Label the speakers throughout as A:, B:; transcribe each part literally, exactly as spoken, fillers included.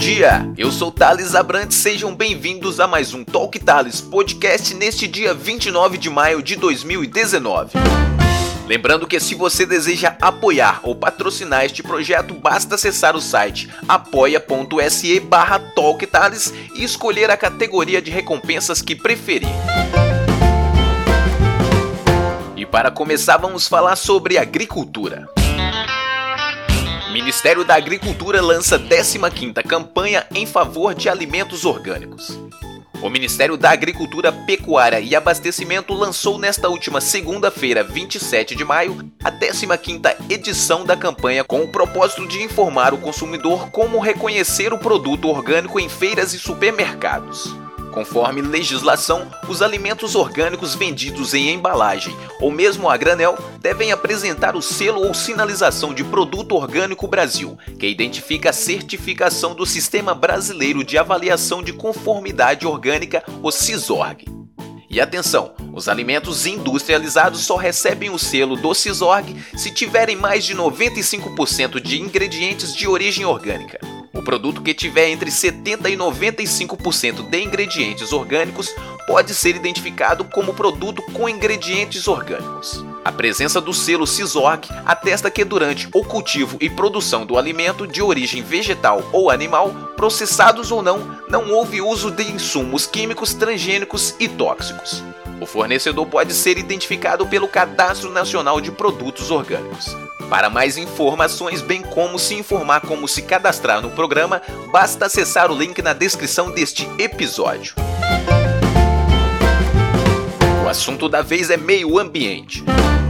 A: dia! Eu sou Thales Abrantes, sejam bem-vindos a mais um Talk Thales Podcast neste dia vinte e nove de maio de dois mil e dezenove. Lembrando que se você deseja apoiar ou patrocinar este projeto, basta acessar o site apoia.se barra talkthales e escolher a categoria de recompensas que preferir. E para começar, vamos falar sobre agricultura. O Ministério da Agricultura lança décima quinta campanha em favor de alimentos orgânicos. O Ministério da Agricultura, Pecuária e Abastecimento lançou nesta última segunda-feira, vinte e sete de maio, a décima quinta edição da campanha com o propósito de informar o consumidor como reconhecer o produto orgânico em feiras e supermercados. Conforme legislação, os alimentos orgânicos vendidos em embalagem ou mesmo a granel devem apresentar o selo ou sinalização de Produto Orgânico Brasil, que identifica a certificação do Sistema Brasileiro de Avaliação de Conformidade Orgânica, o SISORG. E atenção, os alimentos industrializados só recebem o selo do SISORG se tiverem mais de noventa e cinco por cento de ingredientes de origem orgânica. O produto que tiver entre setenta por cento e noventa e cinco por cento de ingredientes orgânicos pode ser identificado como produto com ingredientes orgânicos. A presença do selo SISORG atesta que durante o cultivo e produção do alimento de origem vegetal ou animal, processados ou não, não houve uso de insumos químicos, transgênicos e tóxicos. O fornecedor pode ser identificado pelo Cadastro Nacional de Produtos Orgânicos. Para mais informações, bem como se informar como se cadastrar no programa, basta acessar o link na descrição deste episódio. O assunto da vez é meio ambiente.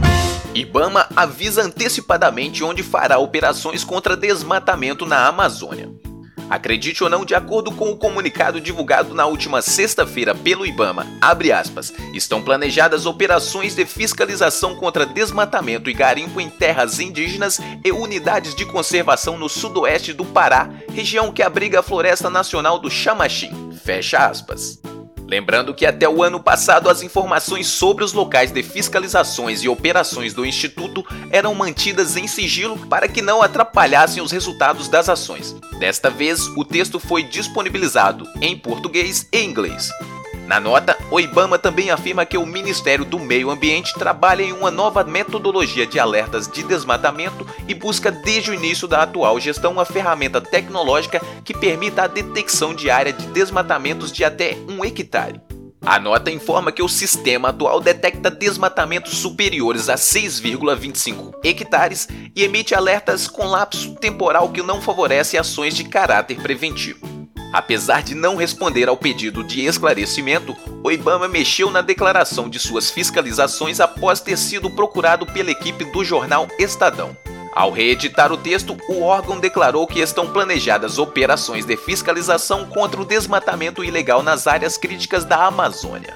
A: IBAMA avisa antecipadamente onde fará operações contra desmatamento na Amazônia. Acredite ou não, de acordo com o comunicado divulgado na última sexta-feira pelo IBAMA, abre aspas, estão planejadas operações de fiscalização contra desmatamento e garimpo em terras indígenas e unidades de conservação no sudoeste do Pará, região que abriga a Floresta Nacional do Xamaxim, fecha aspas. Lembrando que até o ano passado as informações sobre os locais de fiscalizações e operações do Instituto eram mantidas em sigilo para que não atrapalhassem os resultados das ações. Desta vez, o texto foi disponibilizado em português e inglês. Na nota, o IBAMA também afirma que o Ministério do Meio Ambiente trabalha em uma nova metodologia de alertas de desmatamento e busca desde o início da atual gestão uma ferramenta tecnológica que permita a detecção de área de desmatamentos de até um hectare. A nota informa que o sistema atual detecta desmatamentos superiores a seis vírgula vinte e cinco hectares e emite alertas com lapso temporal que não favorece ações de caráter preventivo. Apesar de não responder ao pedido de esclarecimento, o IBAMA mexeu na declaração de suas fiscalizações após ter sido procurado pela equipe do jornal Estadão. Ao reeditar o texto, o órgão declarou que estão planejadas operações de fiscalização contra o desmatamento ilegal nas áreas críticas da Amazônia.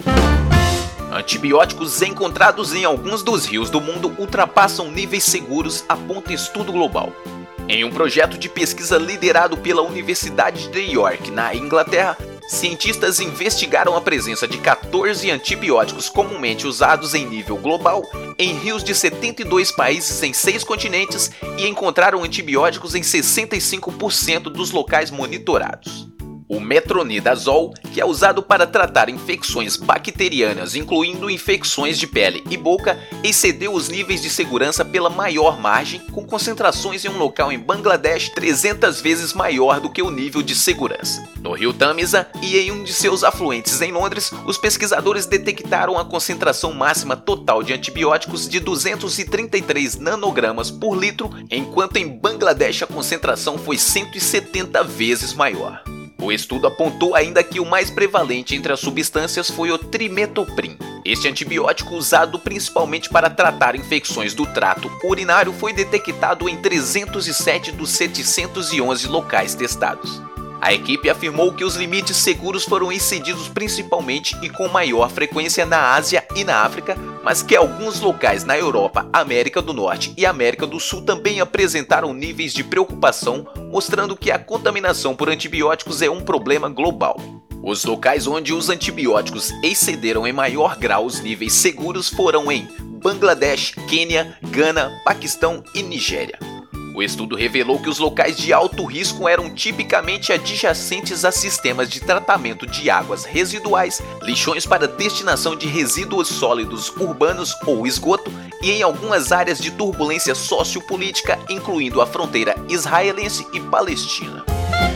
A: Antibióticos encontrados em alguns dos rios do mundo ultrapassam níveis seguros, aponta estudo global. Em um projeto de pesquisa liderado pela Universidade de York, na Inglaterra, cientistas investigaram a presença de quatorze antibióticos comumente usados em nível global em rios de setenta e dois países em seis continentes e encontraram antibióticos em sessenta e cinco por cento dos locais monitorados. O metronidazol, que é usado para tratar infecções bacterianas, incluindo infecções de pele e boca, excedeu os níveis de segurança pela maior margem, com concentrações em um local em Bangladesh trezentas vezes maior do que o nível de segurança. No rio Tamisa e em um de seus afluentes em Londres, os pesquisadores detectaram a concentração máxima total de antibióticos de duzentos e trinta e três nanogramas por litro, enquanto em Bangladesh a concentração foi cento e setenta vezes maior. O estudo apontou ainda que o mais prevalente entre as substâncias foi o trimetoprim. Este antibiótico, usado principalmente para tratar infecções do trato urinário, foi detectado em trezentos e sete dos setecentos e onze locais testados. A equipe afirmou que os limites seguros foram excedidos principalmente e com maior frequência na Ásia e na África, mas que alguns locais na Europa, América do Norte e América do Sul também apresentaram níveis de preocupação, mostrando que a contaminação por antibióticos é um problema global. Os locais onde os antibióticos excederam em maior grau os níveis seguros foram em Bangladesh, Quênia, Gana, Paquistão e Nigéria. O estudo revelou que os locais de alto risco eram tipicamente adjacentes a sistemas de tratamento de águas residuais, lixões para destinação de resíduos sólidos urbanos ou esgoto e em algumas áreas de turbulência sociopolítica, incluindo a fronteira israelense e palestina.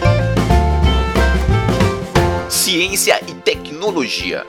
A: Ciência e tecnologia.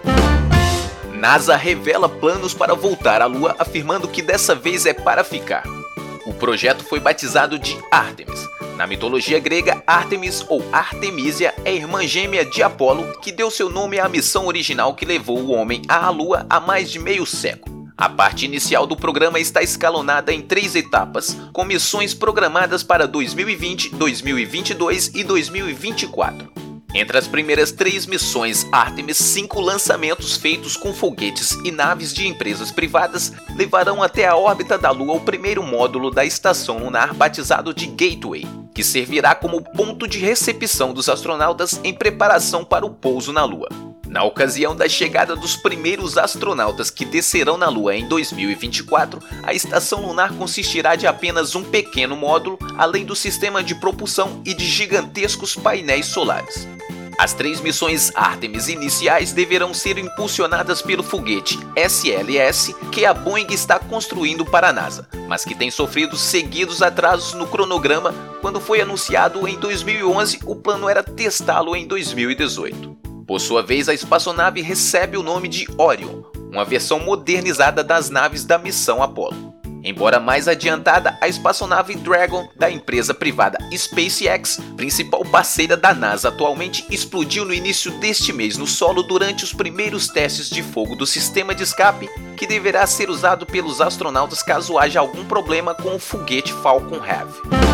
A: NASA revela planos para voltar à Lua, afirmando que dessa vez é para ficar. O projeto foi batizado de Artemis. Na mitologia grega, Artemis ou Artemisia é irmã gêmea de Apolo, que deu seu nome à missão original que levou o homem à Lua há mais de meio século. A parte inicial do programa está escalonada em três etapas, com missões programadas para dois mil e vinte, dois mil e vinte e dois e dois mil e vinte e quatro. Entre as primeiras três missões Artemis, cinco lançamentos feitos com foguetes e naves de empresas privadas levarão até a órbita da Lua o primeiro módulo da estação lunar batizado de Gateway, que servirá como ponto de recepção dos astronautas em preparação para o pouso na Lua. Na ocasião da chegada dos primeiros astronautas que descerão na Lua em dois mil e vinte e quatro, a estação lunar consistirá de apenas um pequeno módulo, além do sistema de propulsão e de gigantescos painéis solares. As três missões Artemis iniciais deverão ser impulsionadas pelo foguete S L S que a Boeing está construindo para a NASA, mas que tem sofrido seguidos atrasos no cronograma. Quando foi anunciado em dois mil e onze, o plano era testá-lo em dois mil e dezoito. Por sua vez, a espaçonave recebe o nome de Orion, uma versão modernizada das naves da missão Apollo. Embora mais adiantada, a espaçonave Dragon, da empresa privada SpaceX, principal parceira da NASA atualmente, explodiu no início deste mês no solo durante os primeiros testes de fogo do sistema de escape, que deverá ser usado pelos astronautas caso haja algum problema com o foguete Falcon Heavy.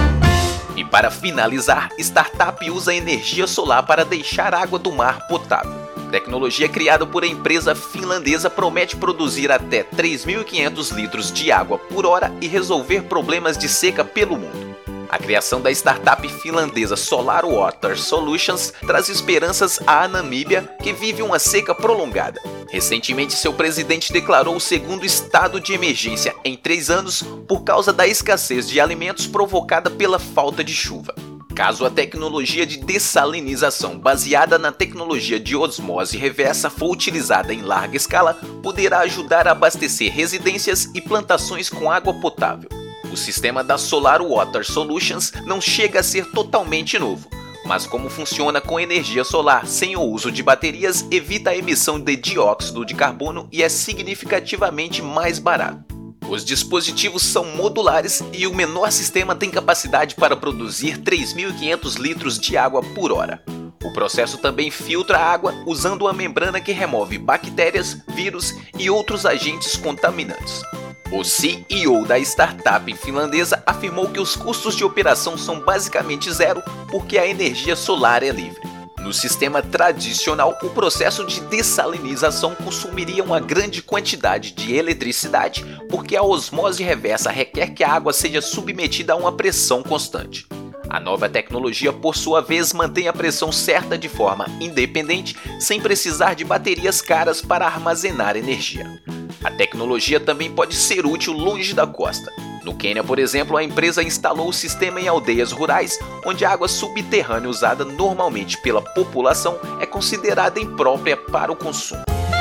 A: E para finalizar, startup usa energia solar para deixar a água do mar potável. Tecnologia criada por a empresa finlandesa promete produzir até três mil e quinhentos litros de água por hora e resolver problemas de seca pelo mundo. A criação da startup finlandesa Solar Water Solutions traz esperanças à Namíbia, que vive uma seca prolongada. Recentemente, seu presidente declarou o segundo estado de emergência em três anos por causa da escassez de alimentos provocada pela falta de chuva. Caso a tecnologia de dessalinização baseada na tecnologia de osmose reversa for utilizada em larga escala, poderá ajudar a abastecer residências e plantações com água potável. O sistema da Solar Water Solutions não chega a ser totalmente novo, mas como funciona com energia solar sem o uso de baterias, evita a emissão de dióxido de carbono e é significativamente mais barato. Os dispositivos são modulares e o menor sistema tem capacidade para produzir três mil e quinhentos litros de água por hora. O processo também filtra a água usando uma membrana que remove bactérias, vírus e outros agentes contaminantes. O C E O da startup finlandesa afirmou que os custos de operação são basicamente zero porque a energia solar é livre. No sistema tradicional, o processo de dessalinização consumiria uma grande quantidade de eletricidade porque a osmose reversa requer que a água seja submetida a uma pressão constante. A nova tecnologia, por sua vez, mantém a pressão certa de forma independente, sem precisar de baterias caras para armazenar energia. A tecnologia também pode ser útil longe da costa. No Quênia, por exemplo, a empresa instalou o sistema em aldeias rurais, onde a água subterrânea usada normalmente pela população é considerada imprópria para o consumo.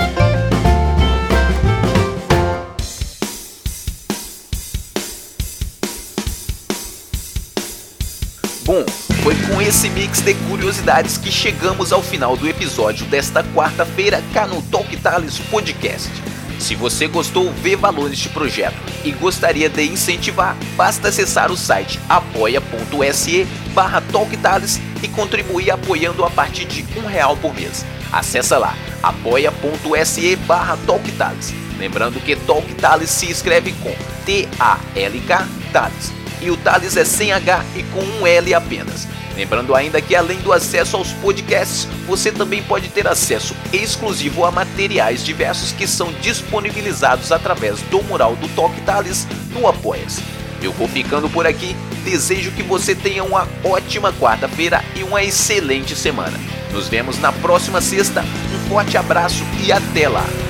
A: Bom, foi com esse mix de curiosidades que chegamos ao final do episódio desta quarta-feira cá no Talk Tales Podcast. Se você gostou, vê valor neste projeto e gostaria de incentivar, basta acessar o site apoia.se barra talktales e contribuir apoiando a partir de um real por mês. Acessa lá, apoia.se barra talktales. Lembrando que Talk Tales se escreve com T A L K Tales e o Tales é sem H e com um L apenas. Lembrando ainda que além do acesso aos podcasts, você também pode ter acesso exclusivo a materiais diversos que são disponibilizados através do mural do Talk Tales no Apoia-se. Eu vou ficando por aqui, desejo que você tenha uma ótima quarta-feira e uma excelente semana. Nos vemos na próxima sexta, um forte abraço e até lá!